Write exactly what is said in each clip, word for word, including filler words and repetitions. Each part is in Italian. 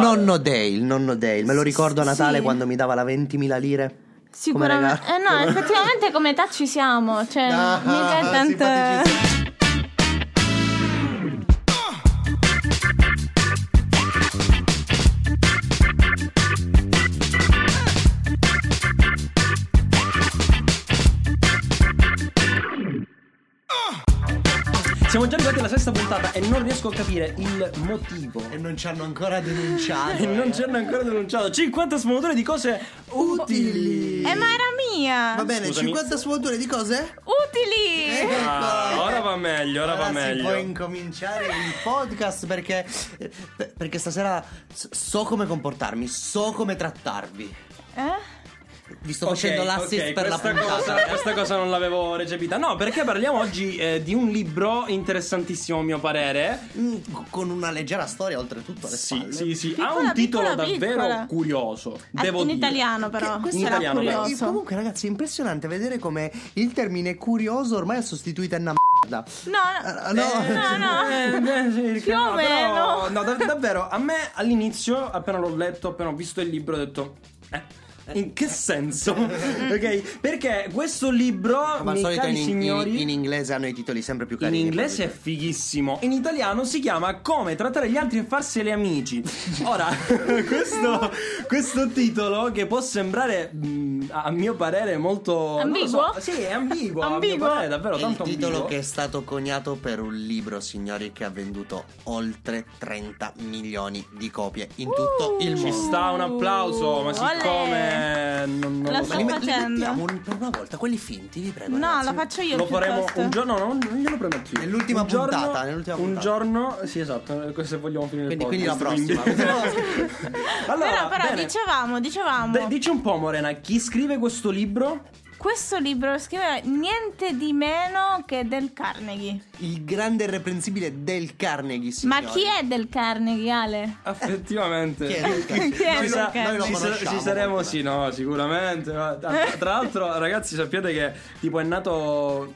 nonno Dale, il nonno Dale, me lo ricordo a Natale, sì, quando mi dava la ventimila lire. Sicuramente. Eh no, effettivamente come età ci siamo, cioè Ah, mica è tanto. Siamo già arrivati alla sesta puntata e non riesco a capire il motivo. E non ci hanno ancora denunciato. E non ci hanno ancora denunciato. cinquanta sfumature di cose utili. Eh, ma era mia. Va bene, Scusami. cinquanta sfumature di cose Utili. Ecco. Ah, ora va meglio, ora, Ora va si meglio. può incominciare il podcast perché eh, perché stasera s- so come comportarmi, so come trattarvi. Eh? Vi sto Ok, facendo l'assist ok, per la questa puntata. cosa, questa cosa non l'avevo recepita. No, perché parliamo oggi eh, di un libro interessantissimo a mio parere. Mm, con una leggera storia oltretutto alle Sì, spalle. sì, sì. Piccola, Ha un titolo piccola, davvero piccola. curioso. Ah, Devo in dire. italiano però. Che questo In Sarà italiano, però. curioso. Comunque ragazzi è impressionante vedere come il termine curioso ormai è sostituito a una merda. No, Ah, no, no. no, no. Eh, eh, sì, Più no, o però- meno. no, da- davvero, a me all'inizio, appena l'ho letto, appena ho visto il libro, ho detto eh, in che senso? Ok? Perché questo libro, Ma al miei solito cari in, signori, in, in inglese hanno i titoli sempre più in carini. inglese è fighissimo. In italiano si chiama Come trattare gli altri e farseli amici. Ora, questo, questo titolo che può sembrare mh, a mio parere molto Ambiguo? non lo so, sì, è ambiguo. A mio Ambiguo? parere, davvero È il tanto titolo ambiguo. che è stato coniato per un libro, signori, che ha venduto oltre trenta milioni di copie in tutto il Ci mondo. sta un applauso, ma Olè. siccome non, non La lo sto so. Li, me- li facendo. mettiamo un- per una volta, quelli finti, vi prego. No, ragazzi. la faccio io Lo faremo piuttosto. un giorno, no, non glielo prometto io. Nell'ultima Un giorno- puntata, nell'ultima Un puntata. giorno, sì, esatto, eh, se vogliamo finire Quindi, il quindi la podcast. prossima. Allora, Però, però bene. dicevamo, dicevamo D- dici un po', Morena, chi scrive questo libro? questo libro lo scrive niente di meno che Del Carnegie. Il grande e irreprensibile Del Carnegie, signori. Ma chi è Del Carnegie, Ale? Effettivamente. Chi è Del Carnegie? Chi è Ci Del sa- Carnegie? Noi lo ci, sa- conosciamo, ci saremo, comunque. sì, no, sicuramente. Ma tra, tra l'altro, ragazzi, sappiate che tipo è nato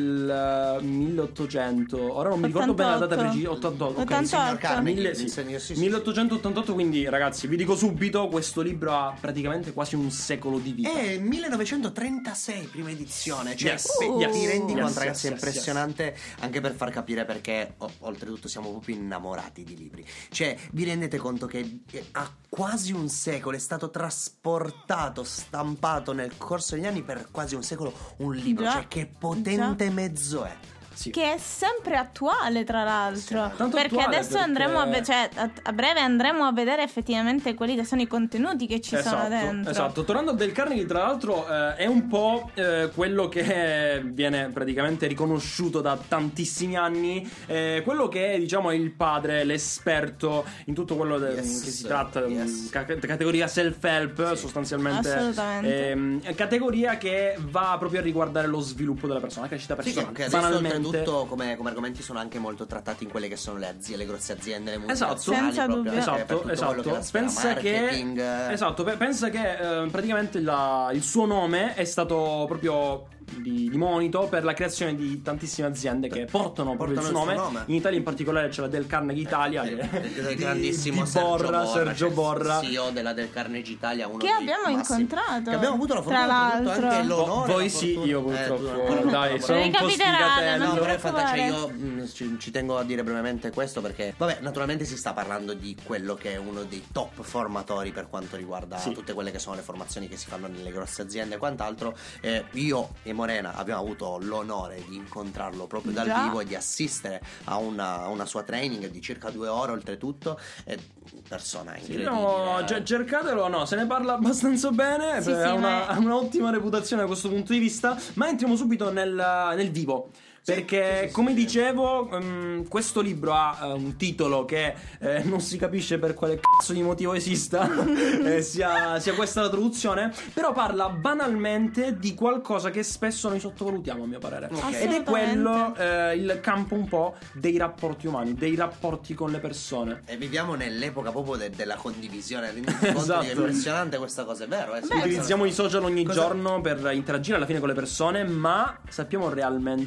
nel uh, milleottocento. Ora non mi ricordo bene la data ottantotto. precisa. ottantotto, ok. Il signor ottantotto. Carnegie, Mille- il sì. signor- sì, sì. milleottocentottantotto, quindi ragazzi, vi dico subito, questo libro ha praticamente quasi un secolo di vita. È millenovecentotrentasei, prima edizione. Cioè, Yes. pe- Uh. ti rendi Yes, conto, yes, ragazzi, è yes, impressionante anche per far capire perché, o- oltretutto, siamo proprio innamorati di libri. Cioè, vi rendete conto che eh, ha quasi un secolo, è stato trasportato, stampato nel corso degli anni per quasi un secolo un libro. Già. Cioè, che potente mezzo è. Sì. Che è sempre attuale, tra l'altro. Sì, tanto perché attuale, adesso perché- andremo a, ve- cioè, a, a breve andremo a vedere effettivamente quelli che sono i contenuti che ci sono dentro. Esatto, tornando a Del Carnegie, tra l'altro, eh, è un po' eh, quello che viene praticamente riconosciuto da tantissimi anni, eh, quello che è, diciamo, il padre, l'esperto in tutto quello de- Yes, che si tratta, yes. ca- categoria self-help, sostanzialmente. Assolutamente. Ehm, categoria che va proprio a riguardare lo sviluppo della persona, la crescita Sì, personale. che adesso banalmente. oltretutto come, come argomenti sono anche molto trattati in quelle che sono le aziende, le grosse aziende, le Esatto, multinazionali, Senza proprio dubbio. anche per esatto, tutto quello che è esatto. la sfera Pensa che, marketing, eh. esatto, pe- pensa che eh, praticamente la- il suo nome è stato proprio di, di monito per la creazione di tantissime aziende che portano proprio il suo Portano nome. il suo nome. In Italia in particolare c'è la Del Carnegie Italia, che Il di- grandissimo di Sergio Borra, Borra, Sergio cioè, Borra. C E O della Del Carnegie Italia, uno Che dei abbiamo massimi. incontrato, che abbiamo avuto la tra fortuna oltretutto l'altro. anche l'onore, Voi la sì, fortuna- io Eh, purtroppo. tu ancora non Dai, ancora. sono un po' Ricapiterà, sfigatello. non No, ti però in realtà, cioè, preoccupare. io mh, ci, ci tengo a dire brevemente questo perché, vabbè, naturalmente si sta parlando di quello che è uno dei top formatori per quanto riguarda Sì. tutte quelle che sono le formazioni che si fanno nelle grosse aziende e quant'altro. Eh, io e Morena abbiamo avuto l'onore di incontrarlo proprio dal Già. vivo e di assistere a una, a una sua training di circa due ore oltretutto. È persona incredibile. No, cioè, cercatelo, no, se ne parla abbastanza bene, Sì, ha sì, una, ma è- ha un'ottima reputazione da questo punto di vista, ma entriamo subito nel, nel vivo. Perché, sì, sì, come sì. dicevo, um, questo libro ha uh, un titolo che eh, non si capisce per quale cazzo di motivo esista, eh, sia, sia questa la traduzione, però parla banalmente di qualcosa che spesso noi sottovalutiamo, a mio parere. Ok. Ed è Assolutamente. quello, eh, il campo un po' dei rapporti umani, dei rapporti con le persone. E viviamo nell'epoca proprio de- della condivisione. Renditi conto Esatto. che è impressionante questa cosa, è vero? Eh? Utilizziamo i social ogni Cosa- giorno per interagire alla fine con le persone, ma sappiamo realmente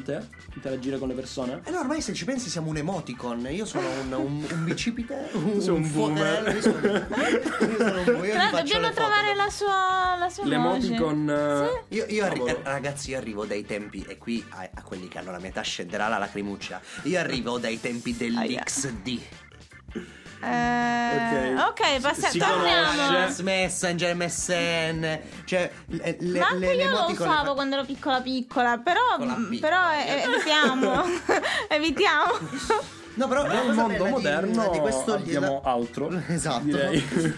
interagire con le persone? E no, ormai se ci pensi siamo un emoticon. Io sono un, un, un bicipite, un, Sei un un boomer. Io sono, io sono un boomer. Io Però vi faccio dobbiamo le trovare foto. la sua, la sua L'emoticon. emoji. eh, Io, io arri- cavolo. eh, ragazzi, io arrivo dai tempi, e qui a, a quelli che hanno la mia età scenderà la lacrimuccia. Io arrivo dai tempi dell'X D. Eh, ok, Ok. passa- Si torniamo. conosce. Messenger, M S N, cioè le, le, Ma anche le, io lo l'emoticon le usavo fa- quando ero piccola piccola, però, Piccola, piccola. però eh, evitiamo, evitiamo. No, però la Nel cosa mondo bella di- moderno di, questo abbiamo altro. Esatto. Direi.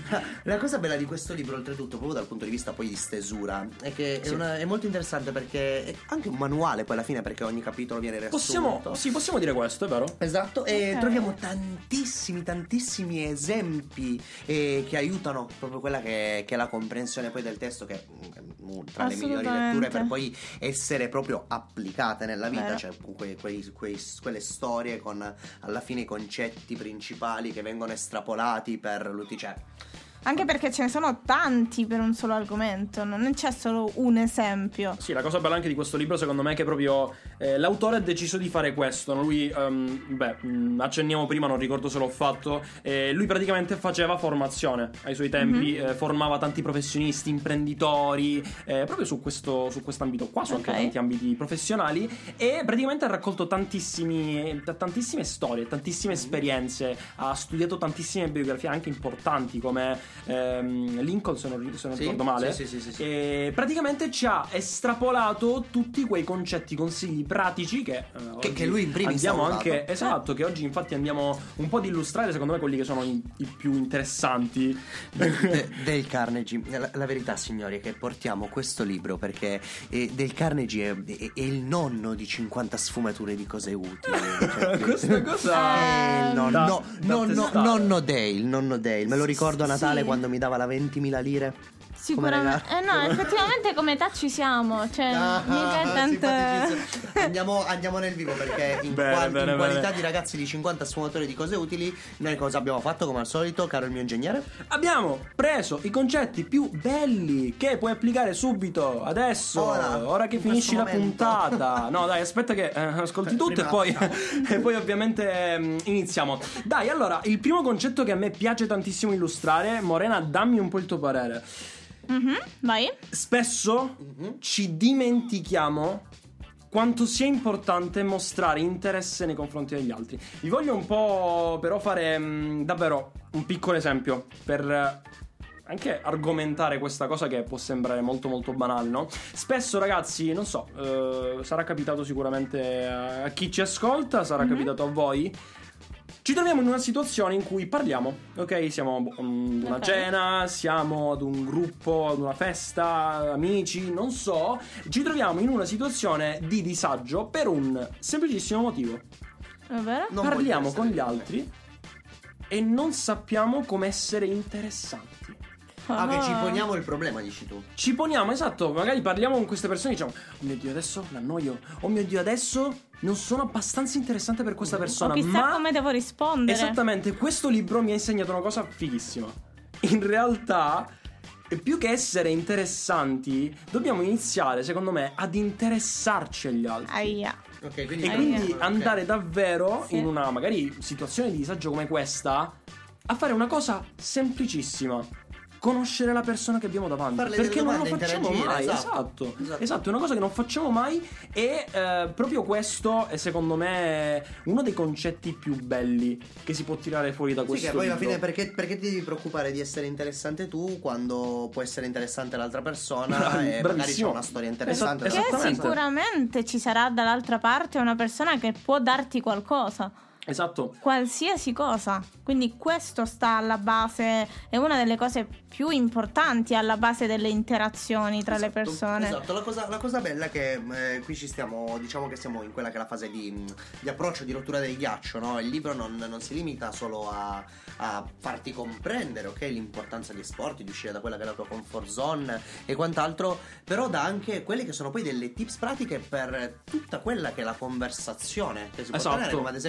La cosa bella di questo libro, oltretutto, proprio dal punto di vista poi di stesura, è che è, Sì. una- è molto interessante perché è anche un manuale poi alla fine, perché ogni capitolo viene riassunto. Possiamo, sì, possiamo dire questo, è vero? Esatto, e Ok. troviamo tantissimi, tantissimi esempi eh, che aiutano proprio quella che, che è la comprensione poi del testo, che mm, tra le migliori Assolutamente. letture per poi essere proprio applicate nella vita, Vero. cioè que- quei- quei- quelle storie con alla fine i concetti principali che vengono estrapolati per l'uti- cioè, Anche perché ce ne sono tanti per un solo argomento, non c'è solo un esempio. Sì, la cosa bella anche di questo libro secondo me è che proprio eh, l'autore ha deciso di fare questo, no? Lui, ehm, beh, mh, accenniamo prima, non ricordo se l'ho fatto, eh, lui praticamente faceva formazione ai suoi tempi, Mm-hmm. eh, formava tanti professionisti, imprenditori, eh, proprio su questo su quest'ambito qua, su anche Ok. tanti ambiti professionali, e praticamente ha raccolto tantissimi, t- tantissime storie, tantissime esperienze, ha studiato tantissime biografie anche importanti come ehm, Lincoln, se non, se non Sì, ricordo male. sì, sì, sì, sì. E praticamente ci ha estrapolato tutti quei concetti, consigli pratici che, eh, Che- oggi che lui in primis andiamo ha usato. anche, esatto, che oggi infatti andiamo un po' ad illustrare secondo me quelli che sono i, i più interessanti. De- del Carnegie. La, la verità, signori, è che portiamo questo libro perché eh, del Carnegie è, è- è il nonno di cinquanta sfumature di cose utili. Cioè, Questa cosa Eh, no, Da- no, da nonno, testare. nonno Dale, nonno Dale. Me lo ricordo a Natale Sì. quando mi dava la ventimila lire. Sicuramente. Come Eh no, effettivamente come età ci siamo. Cioè, Ah, mica è tanto. simpaticissimo. Andiamo, andiamo nel vivo perché in, Bene, qual- bene, in qualità bene. di ragazzi di cinquanta sfumatori di cose utili, noi cosa abbiamo fatto come al solito, caro il mio ingegnere? abbiamo preso i concetti più belli che puoi applicare subito, adesso, Ora, ora che in finisci questo la momento. puntata. No, dai, aspetta che eh, ascolti tutto e Prima- poi, e poi ovviamente mm, iniziamo. Dai, allora, il primo concetto che a me piace tantissimo illustrare, Morena, dammi un po' il tuo parere. Mhm, vai. Spesso Mhm. ci dimentichiamo quanto sia importante mostrare interesse nei confronti degli altri. Vi voglio un po' però fare mh, davvero un piccolo esempio per eh, anche argomentare questa cosa che può sembrare molto molto banale, no? Spesso, ragazzi, non so, eh, sarà capitato sicuramente a chi ci ascolta, sarà Mhm. capitato a voi. Ci troviamo in una situazione in cui parliamo, ok? Siamo boh, mm, ad una Ok. cena, siamo ad un gruppo, ad una festa, amici, non so. Ci troviamo in una situazione di disagio per un semplicissimo motivo. È vero? Non Parliamo voglio con gli essere altri e non sappiamo come essere interessanti. Ah, che ci poniamo il problema, dici tu. Ci poniamo, esatto, magari parliamo con queste persone e diciamo: oh mio Dio, adesso l'annoio. Oh mio Dio, adesso non sono abbastanza interessante per questa persona. O chissà ma come devo rispondere. esattamente, questo libro mi ha insegnato una cosa fighissima. In realtà, più che essere interessanti, dobbiamo iniziare, secondo me, ad interessarci agli altri. Aia. Ok, quindi E Ah, quindi ok. andare davvero Sì. in una magari situazione di disagio come questa a fare una cosa semplicissima. Conoscere la persona che abbiamo davanti. Farle delle Perché non lo domande, facciamo interagire, mai. esatto. Esatto. Esatto. Esatto, è una cosa che non facciamo mai. E eh, proprio questo è secondo me uno dei concetti più belli che si può tirare fuori da Sì, questo che poi alla libro. fine perché, perché ti devi preoccupare di essere interessante tu quando può essere interessante l'altra persona Bravi- e magari c'è bravissimo. una storia interessante. Esatto, Che da esattamente. sicuramente ci sarà dall'altra parte una persona che può darti qualcosa. Esatto. Qualsiasi cosa. Quindi questo sta alla base, è una delle cose più importanti alla base delle interazioni tra le Esatto, persone. Esatto, la cosa, la cosa bella è che eh, qui ci stiamo, diciamo che siamo in quella che è la fase di, di approccio, di rottura del ghiaccio, no? Il libro non, non si limita solo a, a farti comprendere, ok, l'importanza di sport, di uscire da quella che è la tua comfort zone e quant'altro, però dà anche quelle che sono poi delle tips pratiche per tutta quella che è la conversazione che si può Esatto. tenere, come ad esempio molte volte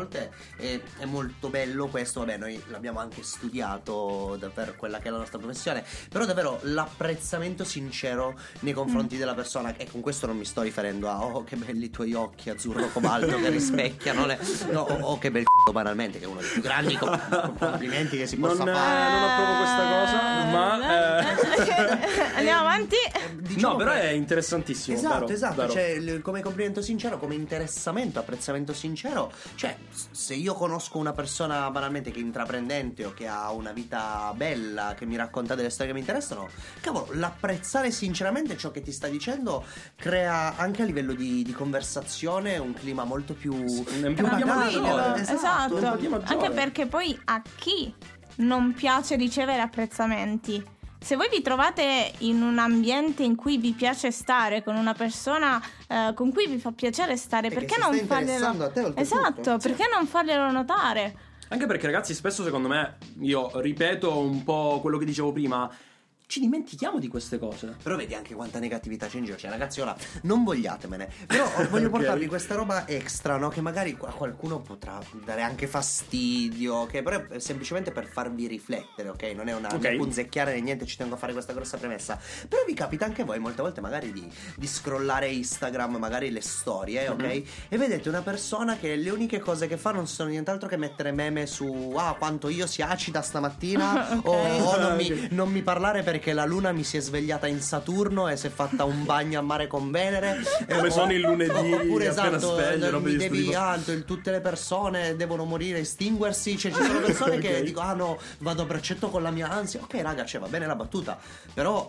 volte è, è molto bello questo, vabbè noi l'abbiamo anche studiato da, per quella che è la nostra professione, però davvero l'apprezzamento sincero nei confronti mm. della persona, e con questo non mi sto riferendo a oh che belli i tuoi occhi azzurro cobalto che rispecchiano le, no, o oh, che bel c***o banalmente, che è uno dei più grandi complimenti che si possa non, fare. Eh, non approvo questa cosa, ma eh... andiamo avanti. Diciamo no, però che... è interessantissimo. Esatto, vero, esatto, vero. cioè come complimento sincero, come interessamento, apprezzamento sincero, cioè se io conosco una persona banalmente che è intraprendente o che ha una vita bella, che mi racconta delle storie che mi interessano, cavolo, l'apprezzare sinceramente ciò che ti sta dicendo crea anche a livello di, di conversazione un clima molto più, un più maggiore. Esatto, esatto. Anche perché poi a chi non piace ricevere apprezzamenti? Se voi vi trovate in un ambiente in cui vi piace stare con una persona eh, con cui vi fa piacere stare, e perché non farglielo? Esatto, sì. Perché non farglielo notare? Anche perché ragazzi, spesso secondo me, io ripeto un po' quello che dicevo prima, ci dimentichiamo di queste cose. Però vedi anche quanta negatività c'è in giro. Cioè ragazzi, ora non vogliatemene, però voglio okay. portarvi questa roba extra, no? Che magari a qualcuno potrà dare anche fastidio, che però è semplicemente per farvi riflettere, ok? Non è una okay. punzecchiare né niente, ci tengo a fare questa grossa premessa. Però vi capita anche voi molte volte magari di, di scrollare Instagram, magari le storie, ok? Mm-hmm. E vedete una persona che le uniche cose che fa non sono nient'altro che mettere meme su ah quanto io sia acida stamattina okay. o, o non, mi, okay. non mi parlare perché che la luna mi si è svegliata in Saturno e si è fatta un bagno a mare con Venere. Come sono il lunedì oppure appena esatto, sveglio, mi devi alto, tutte le persone devono morire, estinguersi. Cioè ci sono persone okay. che dicono ah no, vado a braccetto con la mia ansia. Ok raga, cioè va bene la battuta, però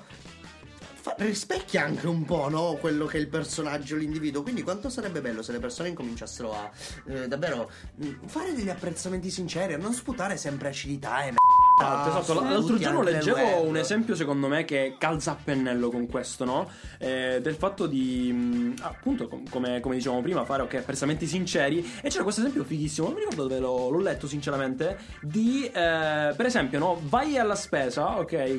fa, rispecchia anche un po', no? Quello che è il personaggio, l'individuo. Quindi quanto sarebbe bello se le persone incominciassero a eh, davvero mh, fare degli apprezzamenti sinceri, a non sputare sempre acidità e Esatto, esatto. L'altro giorno leggevo un esempio secondo me che calza a pennello con questo, no? Eh, del fatto di mh, appunto com- come, come dicevamo prima fare ok apprezzamenti sinceri, e c'era questo esempio fighissimo, non mi ricordo dove l'ho, l'ho letto sinceramente, di eh, per esempio no vai alla spesa, ok,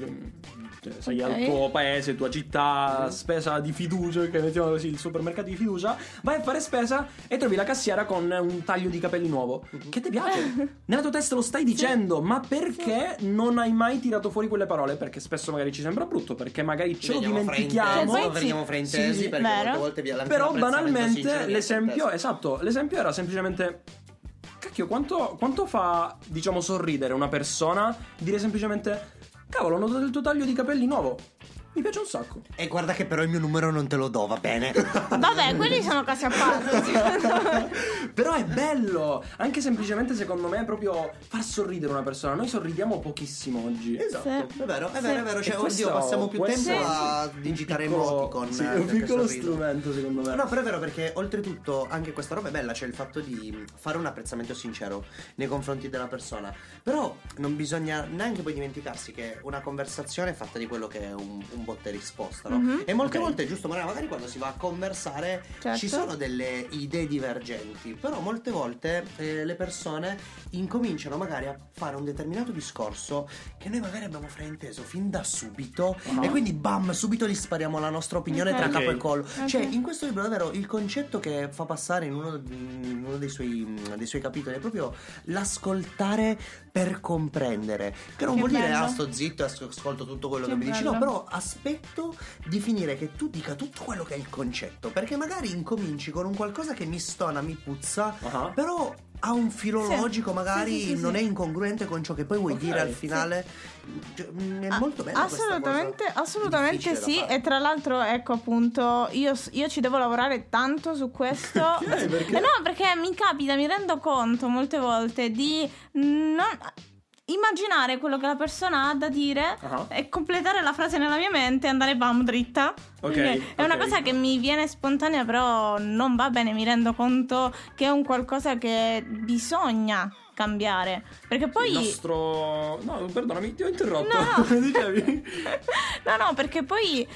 sei okay. al tuo paese, tua città, spesa di fiducia, che mettiamo così, il supermercato di fiducia, vai a fare spesa e trovi la cassiera con un taglio di capelli nuovo. Mm-hmm. Che ti piace? Nella tua testa lo stai dicendo, sì. ma perché sì. non hai mai tirato fuori quelle parole? Perché spesso magari ci sembra brutto, perché magari ce lo dimentichiamo, fraintesi, veniamo fraintesi sì, perché vero. molte volte vi però banalmente l'esempio, esatto, l'esempio era semplicemente cacchio, quanto, quanto fa, diciamo, sorridere una persona dire semplicemente cavolo, ho notato il tuo taglio di capelli nuovo. Mi piace un sacco. E guarda che però il mio numero non te lo do, va bene? Vabbè, quelli sono casi a parte. Però è bello. Anche semplicemente secondo me è proprio far sorridere una persona. Noi sorridiamo pochissimo oggi. Esatto, sì. è vero, è sì. vero, è vero. Cioè, e oddio, passiamo più tempo essere, a digitare emoticon. Sì, un piccolo strumento secondo me. No, però è vero, perché oltretutto anche questa roba è bella. C'è il fatto di fare un apprezzamento sincero nei confronti della persona. Però non bisogna neanche poi dimenticarsi che una conversazione è fatta di quello che è un, un botta e risposta, no? Mm-hmm. E molte okay. volte, giusto, magari quando si va a conversare certo. ci sono delle idee divergenti, però molte volte eh, le persone incominciano magari a fare un determinato discorso che noi magari abbiamo frainteso fin da subito uh-huh. e quindi bam, subito gli spariamo la nostra opinione okay. tra capo okay. e collo. Okay. Cioè, in questo libro davvero il concetto che fa passare in uno, in uno dei, suoi, dei suoi capitoli è proprio l'ascoltare per comprendere, che non che vuol bello. dire ah sto zitto e ascolto tutto quello che, che mi dici, no, però aspetto di finire che tu dica tutto quello che è il concetto, perché magari incominci con un qualcosa che mi stona, mi puzza, uh-huh. però ha un filo sì. logico, magari sì, sì, sì, non sì. è incongruente con ciò che poi vuoi okay. dire al finale. Sì. È molto bello. Assolutamente, assolutamente sì. E tra l'altro, ecco appunto, io, io ci devo lavorare tanto su questo. Okay, perché? Eh no, perché mi capita, mi rendo conto molte volte di non immaginare quello che la persona ha da dire uh-huh. e completare la frase nella mia mente e andare bam dritta. Okay, è una okay. cosa che mi viene spontanea, però non va bene, mi rendo conto che è un qualcosa che bisogna cambiare, perché poi il nostro no perdonami ti ho interrotto no no, dicevi no, no perché poi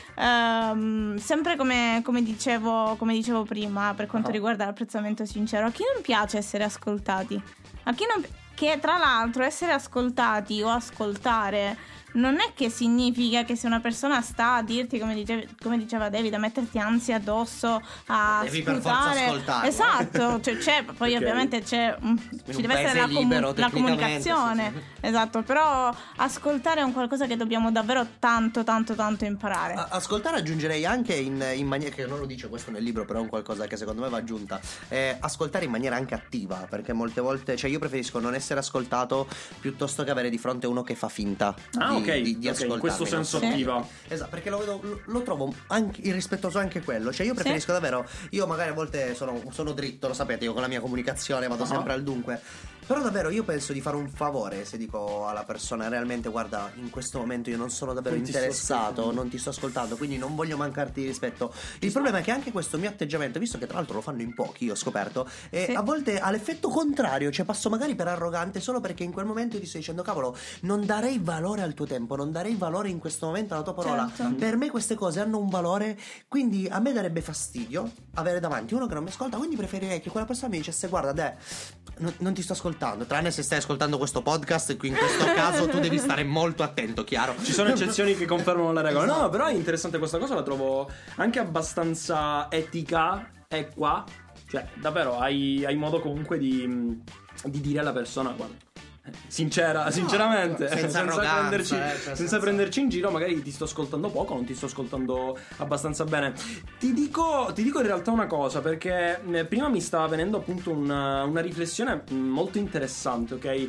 um, sempre come, come dicevo come dicevo prima per quanto uh-huh. riguarda l'apprezzamento sincero, a chi non piace essere ascoltati, a chi non che tra l'altro essere ascoltati o ascoltare non è che significa che se una persona sta a dirti, come, dice, come diceva David, a metterti ansia addosso, a devi sputare. per forza ascoltare. Esatto, cioè, c'è, poi Okay. ovviamente c'è un- ci un deve essere paese la, comu- libero, la tecnicamente, comunicazione. sì, sì. Esatto, però ascoltare è un qualcosa che dobbiamo davvero tanto tanto tanto imparare. A- Ascoltare aggiungerei anche in, in maniera, che non lo dice questo nel libro, però è un qualcosa che secondo me va aggiunta, eh, ascoltare in maniera anche attiva, perché molte volte, cioè io preferisco non essere ascoltato piuttosto che avere di fronte uno che fa finta Ah, di, ok, di, di ok, ascoltarmi. in questo non senso so. attiva. Esatto, perché lo, vedo- lo, lo trovo anche irrispettoso anche quello, cioè io preferisco davvero, io magari a volte sono, sono dritto, lo sapete, io con la mia comunicazione vado Ah. sempre al dunque. Però davvero io penso di fare un favore se dico alla persona realmente guarda, in questo momento io non sono davvero Non ti sto interessato, ascoltando. non ti sto ascoltando, quindi non voglio mancarti di rispetto. Il problema è che anche questo mio atteggiamento, visto che tra l'altro lo fanno in pochi, io ho scoperto, eh, Sì. a volte ha l'effetto contrario, cioè passo magari per arrogante solo perché in quel momento io ti sto dicendo cavolo, non darei valore al tuo tempo, non darei valore in questo momento alla tua parola. Certo. Per me queste cose hanno un valore, quindi a me darebbe fastidio avere davanti uno che non mi ascolta, quindi preferirei che quella persona mi dicesse guarda De, non, non ti sto ascoltando, tranne se stai ascoltando questo podcast, qui in questo caso tu devi stare molto attento, chiaro? Ci sono eccezioni che confermano la regola. No, Esatto. però è interessante questa cosa, la trovo anche abbastanza etica, equa. Cioè, davvero, hai, hai modo comunque di, di dire alla persona, guarda, sincera, sinceramente, senza arroganza, prenderci, eh, cioè, senza senza- prenderci in giro, magari ti sto ascoltando poco, non ti sto ascoltando abbastanza bene. Ti dico, ti dico in realtà una cosa, perché eh, prima mi stava venendo appunto una, una riflessione mh, molto interessante, ok?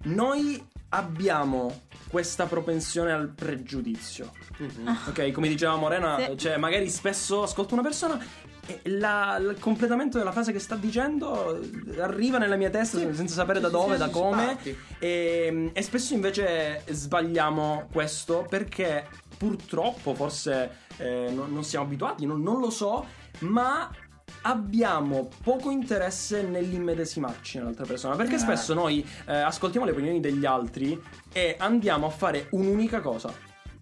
Noi abbiamo questa propensione al pregiudizio. Ok, come diceva Morena, Sì. cioè magari spesso ascolto una persona e la- il completamento della frase che sta dicendo arriva nella mia testa senza sapere da sì, dove, sì, da sì, come parti. e, e spesso invece sbagliamo questo perché purtroppo forse eh, non, non siamo abituati, non, non lo so, ma abbiamo poco interesse nell'immedesimarci nell'altra persona, perché spesso noi eh, ascoltiamo le opinioni degli altri e andiamo a fare un'unica cosa.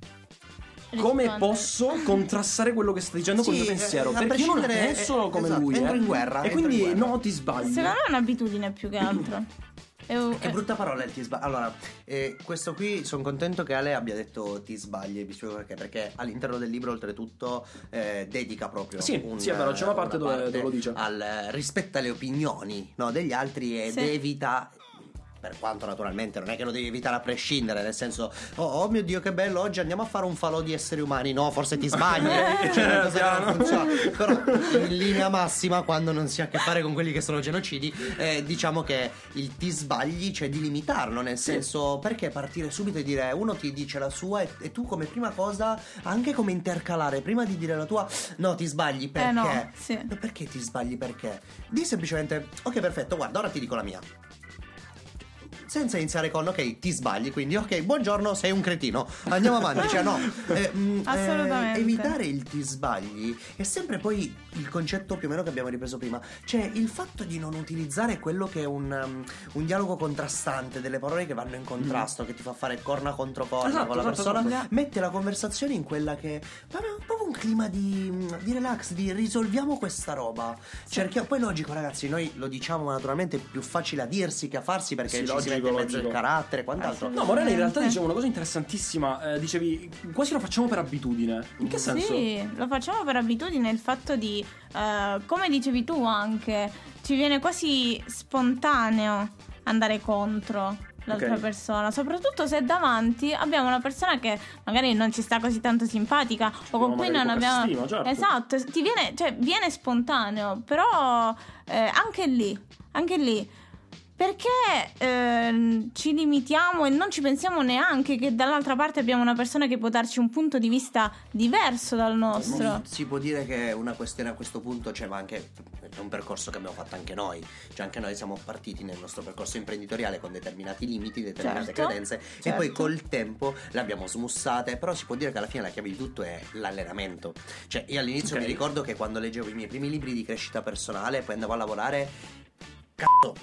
Come Rispondere. posso contrastare quello che sta dicendo con il Sì, mio pensiero? eh, a Perché io non prescindere, penso eh, come esatto, lui. entro eh. in guerra, E entro quindi in guerra. no, ti sbagli. Secondo me è un'abitudine più che altro. È un- Che brutta parola il ti sbagli. Allora, eh, questo qui sono contento che Ale abbia detto ti sbagli. Vi spiego perché. Perché all'interno del libro, oltretutto, eh, dedica proprio. Sì, un, sì, è vero, c'è una parte dove- dove lo dice. Al eh, rispetta le opinioni, no, degli altri ed Sì. evita. Per quanto naturalmente non è che lo devi evitare a prescindere, nel senso, oh, oh mio Dio che bello, oggi andiamo a fare un falò di esseri umani. No, forse ti sbagli. Cioè, una cosa che non funziona. Però in linea massima, quando non si ha a che fare con quelli che sono genocidi, eh, diciamo che il ti sbagli, cioè di limitarlo, nel senso, perché partire subito e dire uno ti dice la sua e, e tu come prima cosa, anche come intercalare, prima di dire la tua, no, ti sbagli perché? Eh no, sì. Ma perché ti sbagli perché? Di semplicemente, ok perfetto, guarda, ora ti dico la mia. Senza iniziare con ok, ti sbagli, quindi ok, buongiorno, sei un cretino. Andiamo avanti, cioè no. eh, mh, Assolutamente. eh, evitare il ti sbagli è sempre poi il concetto più o meno che abbiamo ripreso prima. Cioè il fatto di non utilizzare quello che è un, um, un dialogo contrastante, delle parole che vanno in contrasto, mm. che ti fa fare corna contro corna Esatto, con la esatto, persona, esatto. mette la conversazione in quella che proprio, proprio un clima di, di relax, di risolviamo questa roba. Cerchiamo, poi logico ragazzi, noi lo diciamo ma naturalmente è più facile a dirsi che a farsi perché Sì, ci si logico, mette in mezzo il logico. carattere e quant'altro. No, Morena in realtà Assolutamente. diceva una cosa interessantissima. eh, dicevi, quasi lo facciamo per abitudine. In che senso? Sì, lo facciamo per abitudine, il fatto di, eh, come dicevi tu anche, ci viene quasi spontaneo andare contro l'altra Ok. persona, soprattutto se davanti abbiamo una persona che magari non ci sta così tanto simpatica o con abbiamo cui magari non poca abbiamo... stima, certo. Esatto, ti viene, cioè, viene spontaneo, però eh, anche lì, anche lì. Perché ehm, ci limitiamo e non ci pensiamo neanche che dall'altra parte abbiamo una persona che può darci un punto di vista diverso dal nostro? Si può dire che è una questione a questo punto, cioè, ma anche è un percorso che abbiamo fatto anche noi. Cioè, anche noi siamo partiti nel nostro percorso imprenditoriale con determinati limiti, determinate Certo, credenze, e certo. poi col tempo le abbiamo smussate. Però si può dire che alla fine la chiave di tutto è l'allenamento. Cioè, io all'inizio Ok. mi ricordo che quando leggevo i miei primi libri di crescita personale, poi andavo a lavorare, cazzo,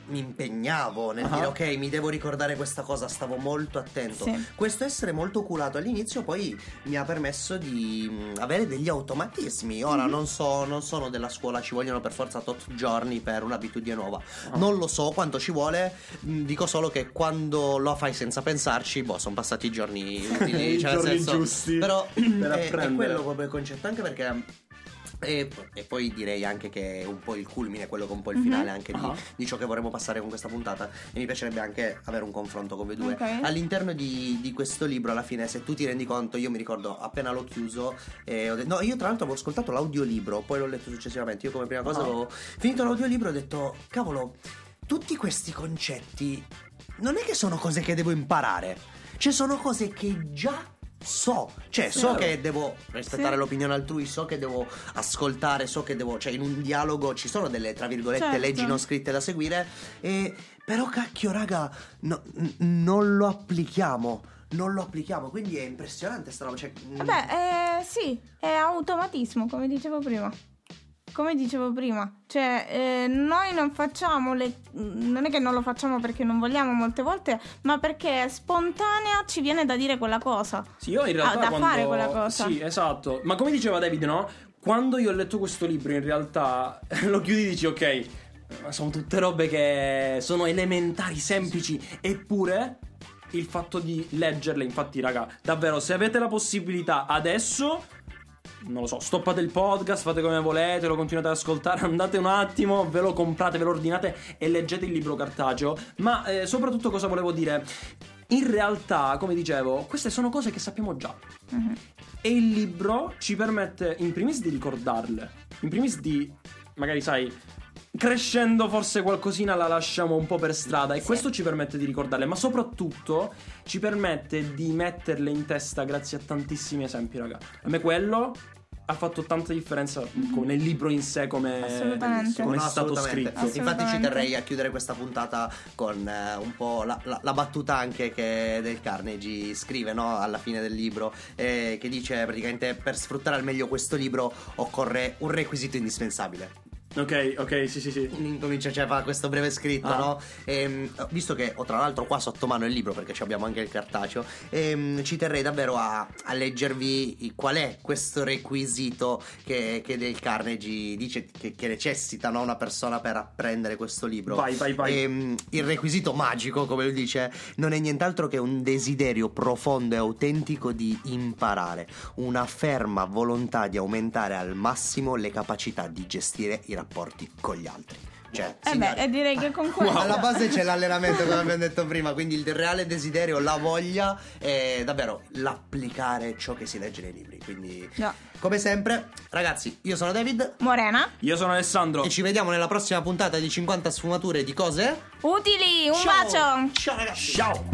mi impegnavo nel Ah. dire ok, mi devo ricordare questa cosa, stavo molto attento. Sì. Questo essere molto oculato all'inizio poi mi ha permesso di mh, avere degli automatismi. Ora Mm-hmm. non so, non sono della scuola, ci vogliono per forza tot giorni per un'abitudine nuova. Ah. Non lo so quanto ci vuole, mh, dico solo che quando lo fai senza pensarci, boh, sono passati i giorni utili, I cioè, nel giorni senso, giusti però per è, è apprendere. quello proprio il concetto, anche perché e, e poi direi anche che è un po' il culmine, quello che è un po' il finale anche di, Ah. di ciò che vorremmo passare con questa puntata. E mi piacerebbe anche avere un confronto con voi due. Ok. All'interno di, di questo libro, alla fine, se tu ti rendi conto, io mi ricordo appena l'ho chiuso e ho detto, no, io tra l'altro avevo ascoltato l'audiolibro, poi l'ho letto successivamente. Io come prima cosa Ah. avevo finito l'audiolibro e ho detto, cavolo, tutti questi concetti non è che sono cose che devo imparare, cioè sono cose che già so, cioè Sì. so che devo rispettare Sì. l'opinione altrui, so che devo ascoltare, so che devo, cioè in un dialogo ci sono delle tra virgolette Certo. leggi non scritte da seguire, e però cacchio raga, no, n- non lo applichiamo, non lo applichiamo, quindi è impressionante sta roba, cioè, mm, Vabbè, eh, sì, è automatismo, come dicevo prima. Come dicevo prima, cioè eh, noi non facciamo le, non è che non lo facciamo perché non vogliamo molte volte, ma perché spontanea ci viene da dire quella cosa. Sì, io in realtà Ah, da quando... fare quella cosa. Sì, esatto. Ma come diceva David, no? Quando io ho letto questo libro, in realtà lo chiudi e dici, ok, ma sono tutte robe che sono elementari, semplici, eppure il fatto di leggerle, infatti, raga, davvero, se avete la possibilità adesso, non lo so, stoppate il podcast, fate come volete, lo continuate ad ascoltare, andate un attimo, ve lo comprate, ve lo ordinate e leggete il libro cartaceo. Ma eh, soprattutto cosa volevo dire? In realtà, come dicevo, queste sono cose che sappiamo già. Mhm. E il libro ci permette, in primis, di ricordarle. In primis di, magari sai, crescendo forse qualcosina la lasciamo un po' per strada. E Sì. questo ci permette di ricordarle. Ma soprattutto ci permette di metterle in testa grazie a tantissimi esempi, raga. A me quello ha fatto tanta differenza come nel libro in sé, come, Assolutamente. come è No, stato assolutamente. scritto. Assolutamente. Infatti ci terrei a chiudere questa puntata con eh, un po' la, la- la battuta anche che Dale Carnegie scrive, no? Alla fine del libro, eh, che dice praticamente per sfruttare al meglio questo libro occorre un requisito indispensabile. Ok, ok, sì, sì, sì. Incomincia, cioè fa questo breve scritto, Ah. no? Ehm, visto che ho tra l'altro qua sotto mano il libro, perché ci abbiamo anche il cartaceo, ehm, ci terrei davvero a, a leggervi qual è questo requisito che, che Dale Carnegie dice che, che necessita, no, una persona per apprendere questo libro. Vai, vai, vai. Ehm, il requisito magico, come lui dice, non è nient'altro che un desiderio profondo e autentico di imparare, una ferma volontà di aumentare al massimo le capacità di gestire i rapporti con gli altri. Cioè, Eh signori, beh, e direi che con questo alla base c'è l'allenamento, come abbiamo detto prima, quindi il reale desiderio, la voglia e davvero l'applicare ciò che si legge nei libri. Quindi, Già. come sempre, ragazzi, io sono David Morena, Io sono Alessandro. e ci vediamo nella prossima puntata di cinquanta sfumature di cose utili, un Ciao. bacio. Ciao ragazzi. Ciao.